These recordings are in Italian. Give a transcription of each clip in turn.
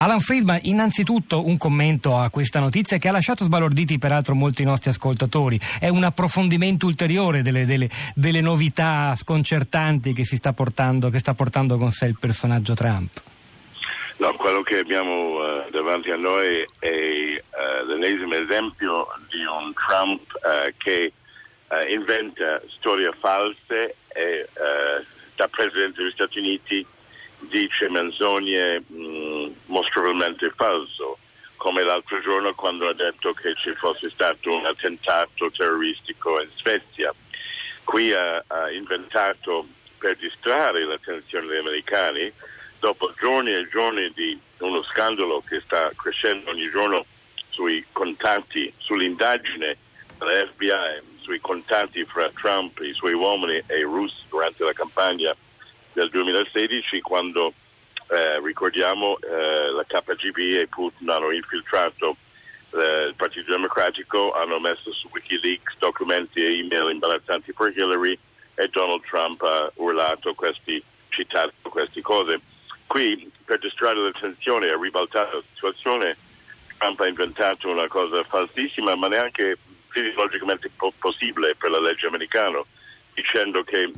Alan Friedman, innanzitutto un commento a questa notizia che ha lasciato sbalorditi peraltro molti nostri ascoltatori. È un approfondimento ulteriore delle novità sconcertanti che sta portando con sé il personaggio Trump. No, quello che abbiamo davanti a noi è l'ennesimo esempio di un Trump che inventa storie false e da Presidente degli Stati Uniti dice menzogne mostruosilmente falso, come l'altro giorno quando ha detto che ci fosse stato un attentato terroristico in Svezia. Qui ha inventato per distrarre l'attenzione degli americani, dopo giorni e giorni di uno scandalo che sta crescendo ogni giorno sui contatti, sull'indagine della FBI, sui contatti fra Trump, i suoi uomini e i russi durante la campagna del 2016, quando ricordiamo la KGB e Putin hanno infiltrato il Partito Democratico, hanno messo su Wikileaks documenti e email imbarazzanti per Hillary e Donald Trump ha urlato citato queste cose. Qui, per distrarre l'attenzione e ribaltare la situazione, Trump ha inventato una cosa falsissima, ma neanche fisiologicamente possibile per la legge americana, dicendo che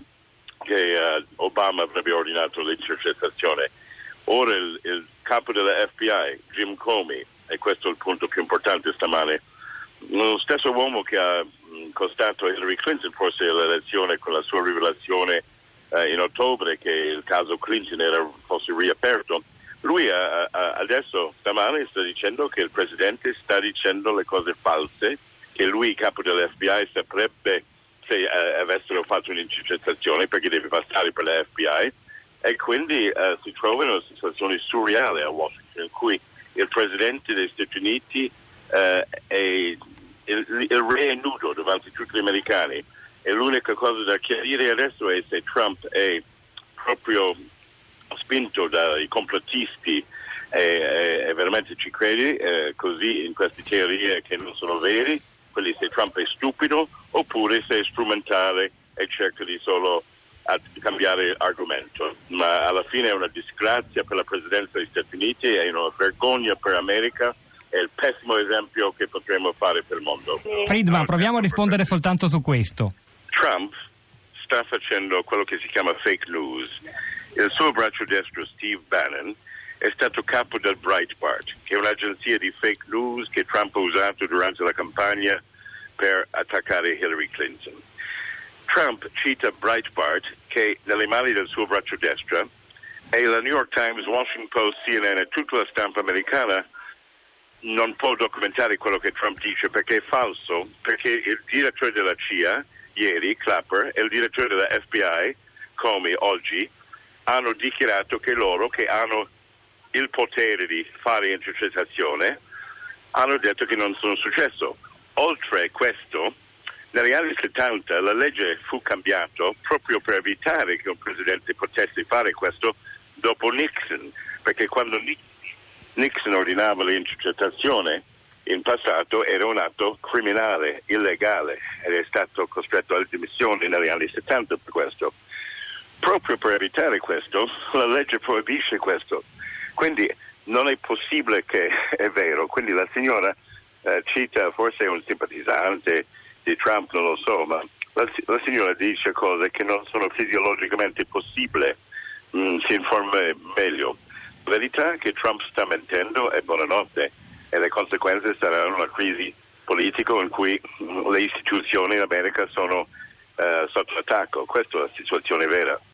Obama avrebbe ordinato l'intercettazione. Ora il capo della FBI, Jim Comey, e questo è il punto più importante stamane, lo stesso uomo che ha costato Hillary Clinton forse l'elezione con la sua rivelazione in ottobre che il caso Clinton fosse riaperto, lui adesso stamane sta dicendo che il presidente sta dicendo le cose false, che lui, capo dell'FBI, saprebbe se avessero fatto un'intercettazione perché deve passare per la FBI, e quindi si trova in una situazione surreale a Washington in cui il presidente degli Stati Uniti è il re è nudo davanti a tutti gli americani, e l'unica cosa da chiarire adesso è se Trump è proprio spinto dai complottisti e veramente ci crede così in queste teorie che non sono vere, quindi se Trump è stupido oppure se è strumentale e cerca di solo cambiare argomento. Ma alla fine è una disgrazia per la presidenza degli Stati Uniti, è una vergogna per l'America, è il pessimo esempio che potremmo fare per il mondo. Friedman, proviamo a rispondere soltanto su questo. Trump sta facendo quello che si chiama fake news. Il suo braccio destro, Steve Bannon, è stato capo del Breitbart, che è un'agenzia di fake news che Trump ha usato durante la campagna per attaccare Hillary Clinton. Trump cita Breitbart, che nelle mani del suo braccio destro, e la New York Times, Washington Post, CNN e tutta la stampa americana non può documentare quello che Trump dice perché è falso, perché il direttore della CIA, ieri, Clapper, e il direttore della FBI, Comey, oggi, hanno dichiarato che loro, che hanno il potere di fare intercettazione, hanno detto che non sono successo. Oltre questo, negli anni 70 la legge fu cambiata proprio per evitare che un presidente potesse fare questo dopo Nixon, perché quando Nixon ordinava l'intercettazione in passato era un atto criminale, illegale, ed è stato costretto alle dimissioni negli anni 70 per questo. Proprio per evitare questo, la legge proibisce questo. Quindi non è possibile che è vero. Quindi la signora cita forse un simpatizzante di Trump, non lo so, ma la signora dice cose che non sono fisiologicamente possibili. Si informa meglio. La verità è che Trump sta mentendo e buonanotte, e le conseguenze saranno una crisi politica in cui le istituzioni in America sono sotto attacco. Questa è la situazione vera.